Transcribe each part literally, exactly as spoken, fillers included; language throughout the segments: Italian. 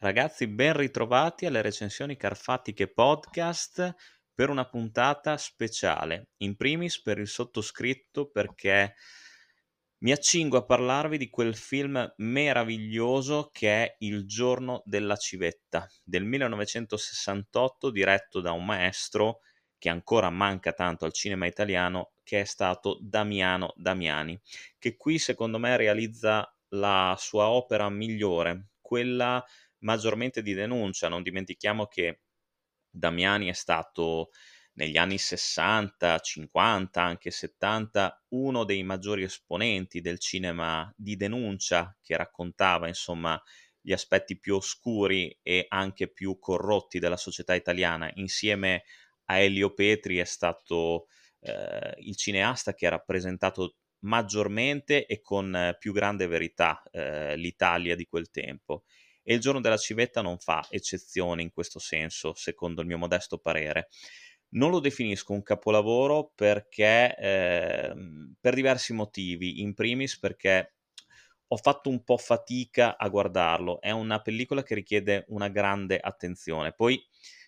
Ragazzi, ben ritrovati alle recensioni Carfatiche Podcast per una puntata speciale. In primis per il sottoscritto perché mi accingo a parlarvi di quel film meraviglioso che è Il giorno della civetta del millenovecentosessantotto, diretto da un maestro che ancora manca tanto al cinema italiano, che è stato Damiano Damiani, che qui secondo me realizza la sua opera migliore, quella maggiormente di denuncia. Non dimentichiamo che Damiani è stato negli anni sessanta, cinquanta, anche settanta, uno dei maggiori esponenti del cinema di denuncia, che raccontava insomma gli aspetti più oscuri e anche più corrotti della società italiana. Insieme a Elio Petri è stato eh, il cineasta che ha rappresentato maggiormente e con eh, più grande verità eh, l'Italia di quel tempo. E Il giorno della civetta non fa eccezione in questo senso, secondo il mio modesto parere. Non lo definisco un capolavoro perché, ehm, per diversi motivi. In primis perché ho fatto un po' fatica a guardarlo. È una pellicola che richiede una grande attenzione. Poi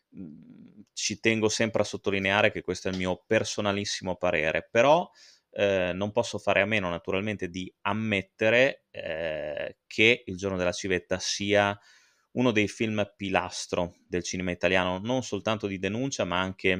mh, ci tengo sempre a sottolineare che questo è il mio personalissimo parere, però eh, non posso fare a meno naturalmente di ammettere eh, che Il giorno della civetta sia uno dei film pilastro del cinema italiano, non soltanto di denuncia, ma anche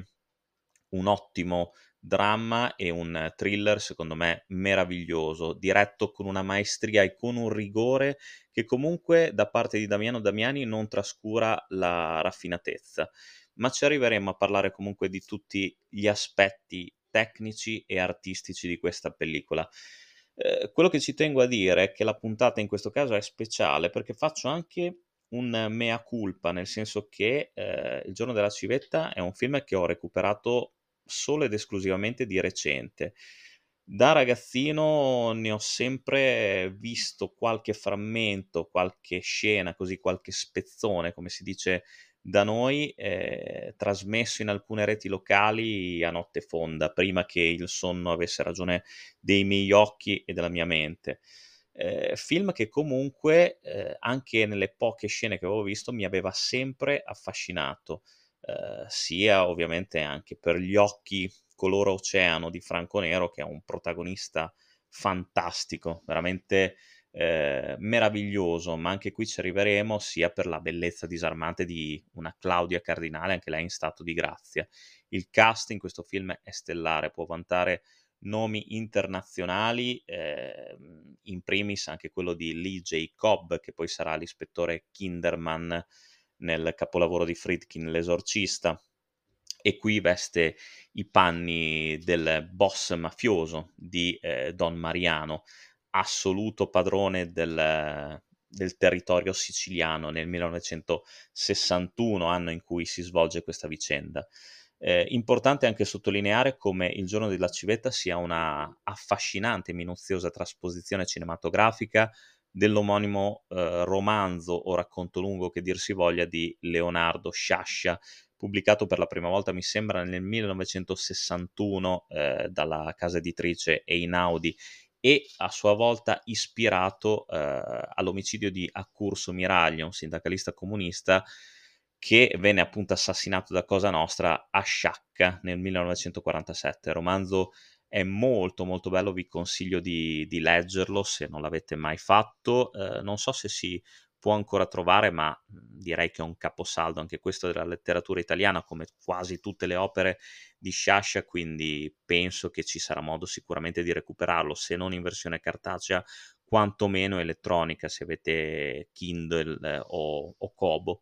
un ottimo dramma e un thriller, secondo me, meraviglioso, diretto con una maestria e con un rigore che comunque da parte di Damiano Damiani non trascura la raffinatezza. Ma ci arriveremo a parlare comunque di tutti gli aspetti tecnici e artistici di questa pellicola. Eh, quello che ci tengo a dire è che la puntata in questo caso è speciale perché faccio anche un mea culpa, nel senso che eh, Il giorno della civetta è un film che ho recuperato solo ed esclusivamente di recente. Da ragazzino ne ho sempre visto qualche frammento, qualche scena, così qualche spezzone, come si dice da noi, eh, trasmesso in alcune reti locali a notte fonda, prima che il sonno avesse ragione dei miei occhi e della mia mente. Eh, film che comunque, eh, anche nelle poche scene che avevo visto, mi aveva sempre affascinato, eh, sia ovviamente anche per gli occhi color oceano di Franco Nero, che è un protagonista fantastico, veramente eh, meraviglioso, ma anche qui ci arriveremo, sia per la bellezza disarmante di una Claudia Cardinale, anche lei in stato di grazia. Il cast in questo film è stellare, può vantare nomi internazionali, ehm, in primis anche quello di Lee J. Cobb, che poi sarà l'ispettore Kinderman nel capolavoro di Friedkin, L'esorcista, e qui veste i panni del boss mafioso di eh, Don Mariano, assoluto padrone del, del territorio siciliano nel millenovecentosessantuno, anno in cui si svolge questa vicenda. Eh, importante anche sottolineare come Il giorno della civetta sia una affascinante e minuziosa trasposizione cinematografica dell'omonimo eh, romanzo o racconto lungo che dir si voglia di Leonardo Sciascia, pubblicato per la prima volta, mi sembra, nel millenovecentosessantuno eh, dalla casa editrice Einaudi e a sua volta ispirato eh, all'omicidio di Accurso Miraglia, un sindacalista comunista che venne appunto assassinato da Cosa Nostra a Sciacca nel millenovecentoquarantasette. Il romanzo è molto molto bello, vi consiglio di, di leggerlo se non l'avete mai fatto. Eh, non so se si può ancora trovare, ma mh, direi che è un caposaldo anche questo della letteratura italiana, come quasi tutte le opere di Sciascia, quindi penso che ci sarà modo sicuramente di recuperarlo, se non in versione cartacea, quantomeno elettronica, se avete Kindle eh, o, o Kobo.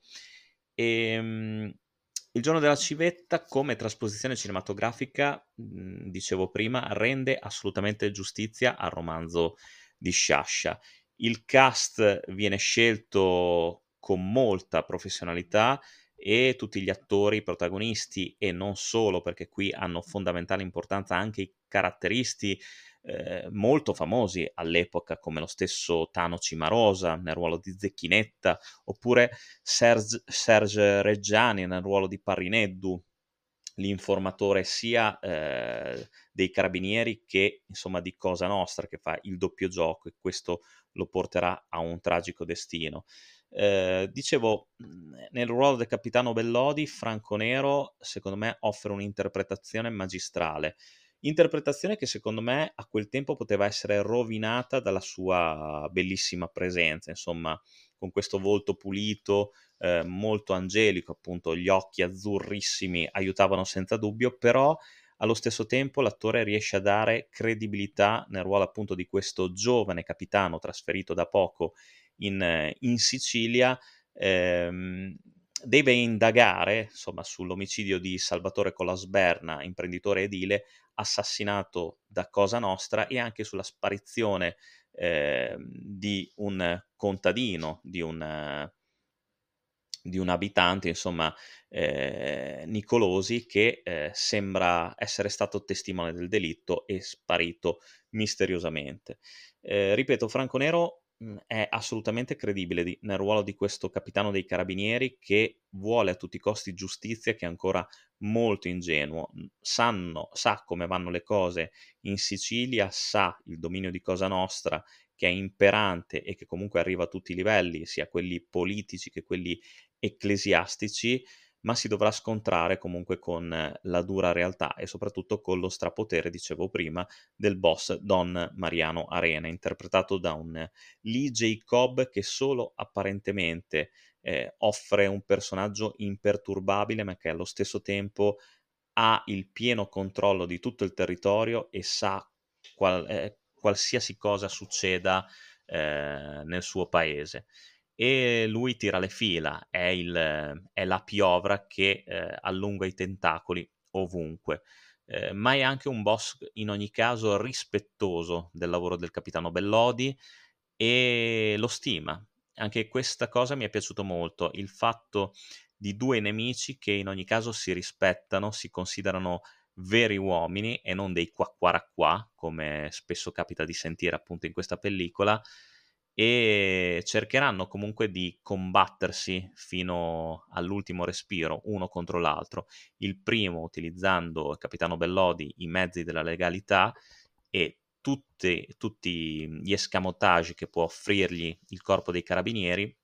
E, mh, Il giorno della civetta, come trasposizione cinematografica, mh, dicevo prima, rende assolutamente giustizia al romanzo di Sciascia. Il cast viene scelto con molta professionalità e tutti gli attori protagonisti, e non solo, perché qui hanno fondamentale importanza anche i caratteristi eh, molto famosi all'epoca, come lo stesso Tano Cimarosa nel ruolo di Zecchinetta, oppure Serge, Serge Reggiani nel ruolo di Parrineddu, l'informatore sia eh, dei carabinieri che insomma di Cosa Nostra, che fa il doppio gioco, e questo lo porterà a un tragico destino. Ehm, dicevo, mhmm, nel ruolo del capitano Bellodi, Franco Nero, secondo me, offre un'interpretazione magistrale. Interpretazione che secondo me a quel tempo poteva essere rovinata dalla sua bellissima presenza, insomma, con questo volto pulito, ehm, molto angelico, appunto gli occhi azzurrissimi aiutavano senza dubbio, però allo stesso tempo l'attore riesce a dare credibilità nel ruolo appunto di questo giovane capitano trasferito da poco in eh, in Sicilia, ehm, deve indagare, insomma, sull'omicidio di Salvatore Collasberna, imprenditore edile, assassinato da Cosa Nostra, e anche sulla sparizione, ehm, di un contadino, di un eh, di un abitante, insomma, ehm, Nicolosi, che, ehm, sembra essere stato testimone del delitto e sparito misteriosamente. Ehm, ripeto, Franco Nero, mhmm, è assolutamente credibile di nel ruolo di questo capitano dei carabinieri che vuole a tutti i costi giustizia, che è ancora molto ingenuo. Mhmm, sanno sa come vanno le cose in Sicilia, sa il dominio di Cosa Nostra, che è imperante e che comunque arriva a tutti i livelli, sia quelli politici che quelli ecclesiastici, ma si dovrà scontrare comunque con eh, la dura realtà e soprattutto con lo strapotere, dicevo prima, del boss Don Mariano Arena, interpretato da un Lee J. Cobb che solo apparentemente eh, offre un personaggio imperturbabile, ma che allo stesso tempo ha il pieno controllo di tutto il territorio e sa qual- eh, qualsiasi cosa succeda eh, nel suo paese. E lui tira le fila, è, il, è la piovra che eh, allunga i tentacoli ovunque. Eh, ma è anche un boss in ogni caso rispettoso del lavoro del capitano Bellodi e lo stima. Anche questa cosa mi è piaciuto molto, il fatto di due nemici che in ogni caso si rispettano, si considerano veri uomini e non dei quacquaracquà, come spesso capita di sentire appunto in questa pellicola, e cercheranno comunque di combattersi fino all'ultimo respiro, uno contro l'altro. Il primo utilizzando il capitano Bellodi i mezzi della legalità e tutte tutti gli escamotage che può offrirgli il corpo dei carabinieri,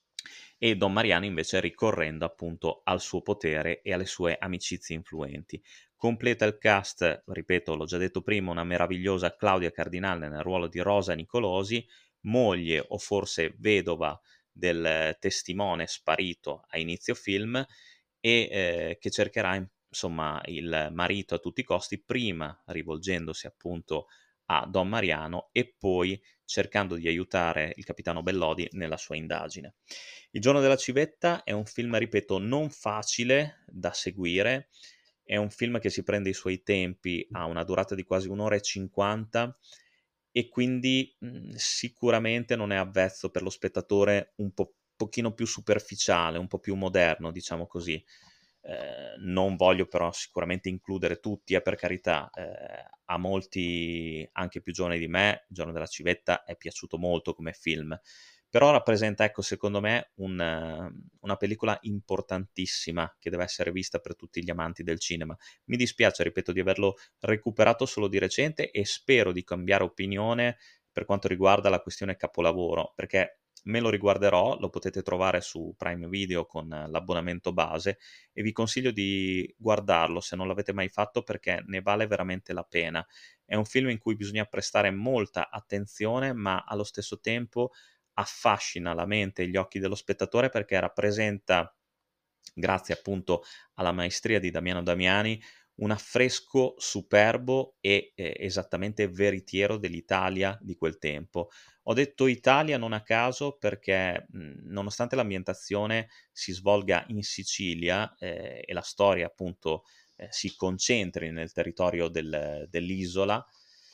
e Don Mariano invece ricorrendo appunto al suo potere e alle sue amicizie influenti. Completa il cast, ripeto, l'ho già detto prima, una meravigliosa Claudia Cardinale nel ruolo di Rosa Nicolosi, moglie o forse vedova del testimone sparito a inizio film, e eh, che cercherà insomma il marito a tutti i costi, prima rivolgendosi appunto a Don Mariano e poi cercando di aiutare il capitano Bellodi nella sua indagine. Il giorno della civetta è un film, ripeto, non facile da seguire, è un film che si prende i suoi tempi, ha una durata di quasi un ora e cinquanta e quindi, mhmm, sicuramente non è avvezzo per lo spettatore un po' pochino più superficiale, un po' più moderno, diciamo così. Ehm, non voglio però sicuramente includere tutti, eh, per carità. Ehm, a molti, anche più giovani di me, Il giorno della civetta è piaciuto molto come film, però rappresenta, ecco, secondo me un ehm, una pellicola importantissima che deve essere vista per tutti gli amanti del cinema. Mi dispiace, ripeto, di averlo recuperato solo di recente e spero di cambiare opinione per quanto riguarda la questione capolavoro, perché me lo riguarderò, lo potete trovare su Prime Video con l'abbonamento base e vi consiglio di guardarlo se non l'avete mai fatto perché ne vale veramente la pena. È un film in cui bisogna prestare molta attenzione, ma allo stesso tempo affascina la mente e gli occhi dello spettatore perché rappresenta, grazie appunto alla maestria di Damiano Damiani, un affresco superbo e, ehm, esattamente veritiero dell'Italia di quel tempo. Ho detto Italia non a caso perché, mhmm, nonostante l'ambientazione si svolga in Sicilia, ehm, e la storia appunto, ehm, si concentri nel territorio del dell'isola,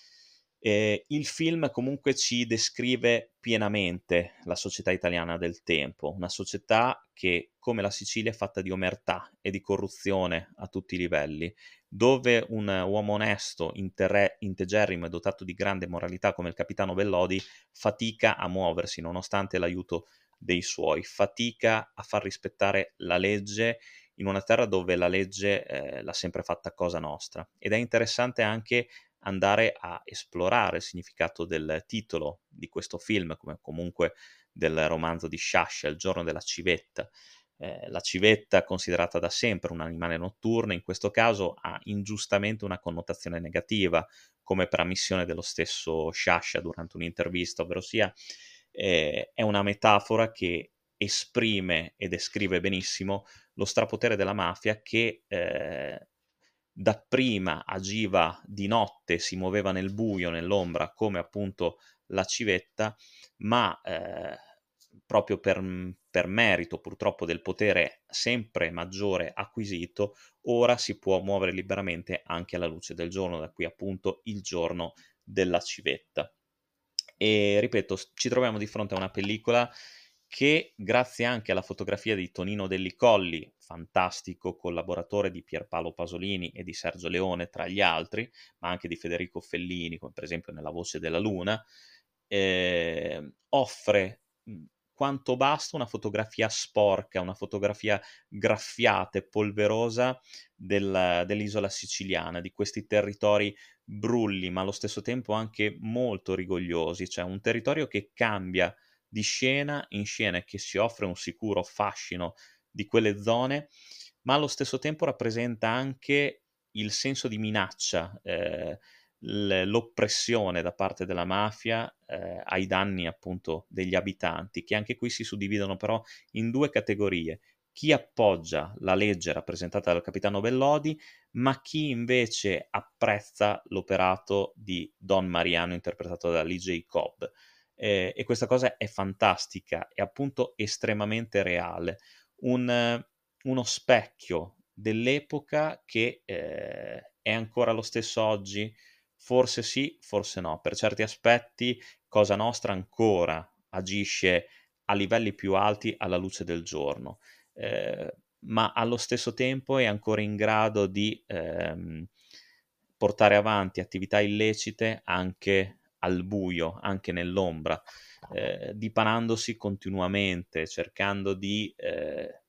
Ehm, il film comunque ci descrive pienamente la società italiana del tempo, una società che, come la Sicilia, è fatta di omertà e di corruzione a tutti i livelli, dove un uomo onesto, interre integerrimo e dotato di grande moralità come il capitano Bellodi fatica a muoversi nonostante l'aiuto dei suoi, fatica a far rispettare la legge in una terra dove la legge, ehm, l'ha sempre fatta cosa nostra. Ed è interessante anche andare a esplorare il significato del titolo di questo film, come comunque del romanzo di Sciascia, Il giorno della civetta. Eh, la civetta, considerata da sempre un animale notturno, in questo caso ha ingiustamente una connotazione negativa, come per ammissione dello stesso Sciascia durante un'intervista, ovverosia eh, è una metafora che esprime e descrive benissimo lo strapotere della mafia che eh, dapprima agiva di notte, si muoveva nel buio, nell'ombra, come appunto la civetta, ma eh, proprio per, per merito purtroppo del potere sempre maggiore acquisito, ora si può muovere liberamente anche alla luce del giorno, da qui appunto il giorno della civetta. E ripeto, ci troviamo di fronte a una pellicola che, grazie anche alla fotografia di Tonino Dellicolli, fantastico collaboratore di Pierpaolo Pasolini e di Sergio Leone tra gli altri, ma anche di Federico Fellini, come per esempio nella Voce della Luna, eh, offre mh, quanto basta una fotografia sporca, una fotografia graffiata e polverosa del, dell'isola siciliana, di questi territori brulli, ma allo stesso tempo anche molto rigogliosi, cioè un territorio che cambia di scena in scena e che si offre un sicuro fascino di quelle zone, ma allo stesso tempo rappresenta anche il senso di minaccia, eh, l'oppressione da parte della mafia eh, ai danni appunto degli abitanti, che anche qui si suddividono però in due categorie: chi appoggia la legge rappresentata dal capitano Bellodi, ma chi invece apprezza l'operato di Don Mariano interpretato da Lee J. Cobb. Eh, e questa cosa è fantastica, è appunto estremamente reale, un, eh, uno specchio dell'epoca che eh, è ancora lo stesso oggi. Forse sì, forse no. Per certi aspetti Cosa Nostra ancora agisce a livelli più alti alla luce del giorno, eh, ma allo stesso tempo è ancora in grado di ehm, portare avanti attività illecite anche al buio, anche nell'ombra, eh, dipanandosi continuamente, cercando di eh,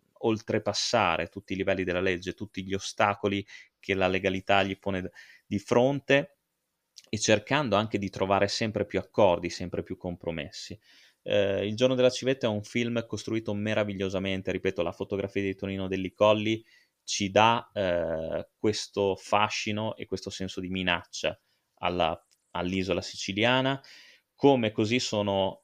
oltrepassare tutti i livelli della legge, tutti gli ostacoli che la legalità gli pone di fronte, e cercando anche di trovare sempre più accordi, sempre più compromessi. Eh, Il giorno della civetta è un film costruito meravigliosamente, ripeto, la fotografia di Tonino Dellicolli ci dà eh, questo fascino e questo senso di minaccia alla, all'isola siciliana, come così sono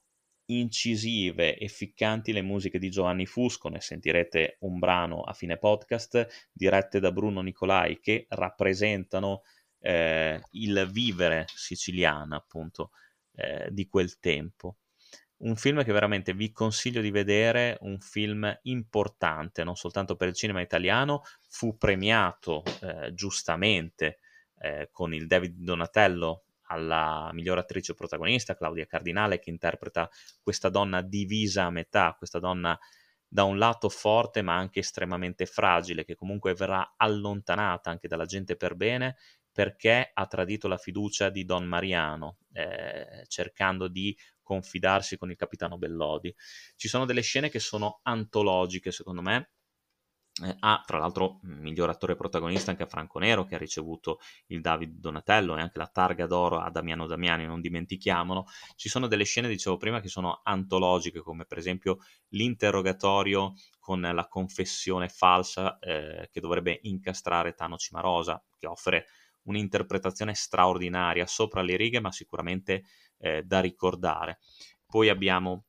incisive e ficcanti le musiche di Giovanni Fusco, ne sentirete un brano a fine podcast, dirette da Bruno Nicolai, che rappresentano eh, il vivere siciliano, appunto, eh, di quel tempo. Un film che veramente vi consiglio di vedere, un film importante non soltanto per il cinema italiano, fu premiato eh, giustamente eh, con il David Donatello alla miglior attrice protagonista, Claudia Cardinale, che interpreta questa donna divisa a metà, questa donna da un lato forte ma anche estremamente fragile, che comunque verrà allontanata anche dalla gente per bene perché ha tradito la fiducia di Don Mariano, eh, cercando di confidarsi con il capitano Bellodi. Ci sono delle scene che sono antologiche, secondo me. Eh, ha tra l'altro miglior attore protagonista anche a Franco Nero, che ha ricevuto il David Donatello e anche la targa d'oro a Damiano Damiani, non dimentichiamolo. Ci sono delle scene, dicevo prima, che sono antologiche, come per esempio l'interrogatorio con la confessione falsa eh, che dovrebbe incastrare Tano Cimarosa, che offre un'interpretazione straordinaria, sopra le righe, ma sicuramente eh, da ricordare. Poi abbiamo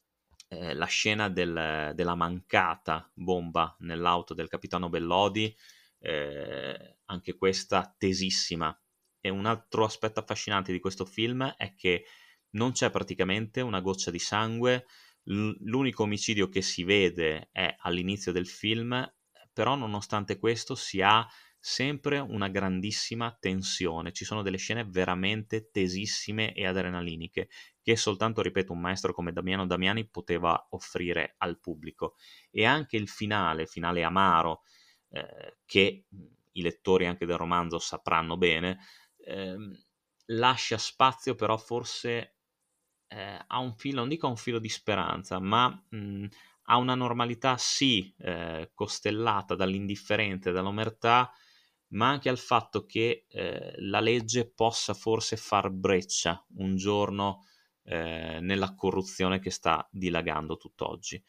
eh, la scena del, della mancata bomba nell'auto del capitano Bellodi, eh, anche questa tesissima. E un altro aspetto affascinante di questo film è che non c'è praticamente una goccia di sangue, l'unico omicidio che si vede è all'inizio del film, però nonostante questo si ha sempre una grandissima tensione, ci sono delle scene veramente tesissime e adrenaliniche che soltanto, ripeto, un maestro come Damiano Damiani poteva offrire al pubblico. E anche il finale, finale amaro, eh, che i lettori anche del romanzo sapranno bene, ehm, lascia spazio però forse eh, a un filo, non dico a un filo di speranza, ma mh, a una normalità sì, eh, costellata dall'indifferenza e dall'omertà, ma anche al fatto che eh, la legge possa forse far breccia un giorno eh, nella corruzione che sta dilagando tutt'oggi.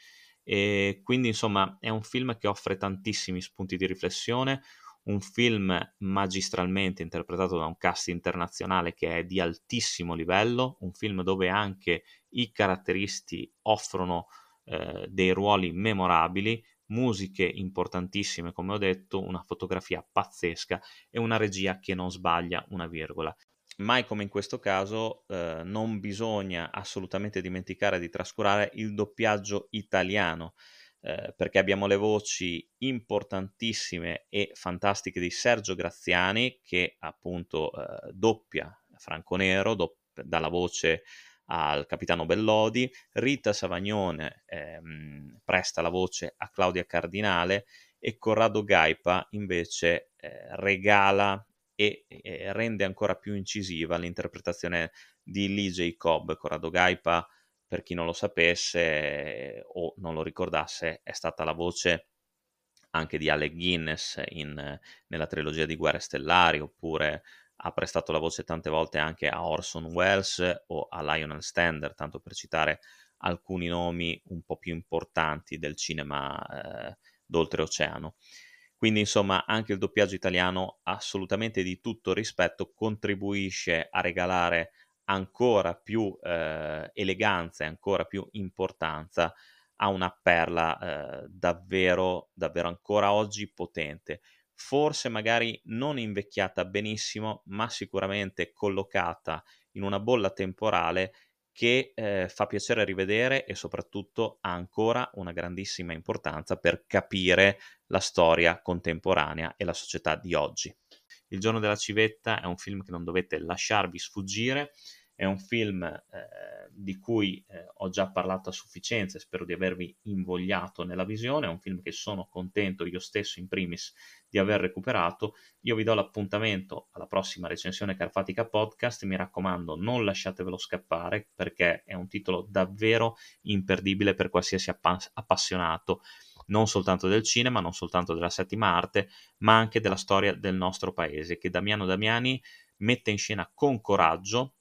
E quindi insomma è un film che offre tantissimi spunti di riflessione, un film magistralmente interpretato da un cast internazionale che è di altissimo livello, un film dove anche i caratteristi offrono eh, dei ruoli memorabili, musiche importantissime come ho detto, una fotografia pazzesca e una regia che non sbaglia una virgola. Mai come in questo caso eh, non bisogna assolutamente dimenticare di trascurare il doppiaggio italiano, eh, perché abbiamo le voci importantissime e fantastiche di Sergio Graziani, che appunto eh, doppia Franco Nero, dopp- dà la voce al capitano Bellodi, Rita Savagnone ehm, presta la voce a Claudia Cardinale e Corrado Gaipa invece eh, regala e, e rende ancora più incisiva l'interpretazione di Lee Jacob. Corrado Gaipa, per chi non lo sapesse eh, o non lo ricordasse, è stata la voce anche di Alec Guinness in, nella trilogia di Guerre Stellari, oppure ha prestato la voce tante volte anche a Orson Welles o a Lionel Stander, tanto per citare alcuni nomi un po' più importanti del cinema eh, d'oltreoceano. Quindi insomma anche il doppiaggio italiano assolutamente di tutto rispetto contribuisce a regalare ancora più eh, eleganza e ancora più importanza a una perla eh, davvero, davvero ancora oggi potente. Forse magari non invecchiata benissimo, ma sicuramente collocata in una bolla temporale che eh, fa piacere rivedere e soprattutto ha ancora una grandissima importanza per capire la storia contemporanea e la società di oggi. Il giorno della civetta è un film che non dovete lasciarvi sfuggire, è un film eh, di cui eh, ho già parlato a sufficienza e spero di avervi invogliato nella visione, è un film che sono contento io stesso in primis di aver recuperato. Io vi do l'appuntamento alla prossima recensione Carfatica Podcast, mi raccomando non lasciatevelo scappare perché è un titolo davvero imperdibile per qualsiasi appa- appassionato non soltanto del cinema, non soltanto della settima arte, ma anche della storia del nostro paese, che Damiano Damiani mette in scena con coraggio,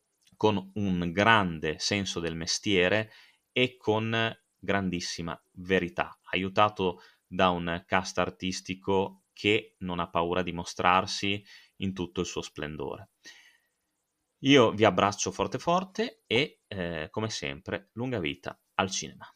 con un grande senso del mestiere e con grandissima verità, aiutato da un cast artistico che non ha paura di mostrarsi in tutto il suo splendore. Io vi abbraccio forte forte e, eh, come sempre, lunga vita al cinema.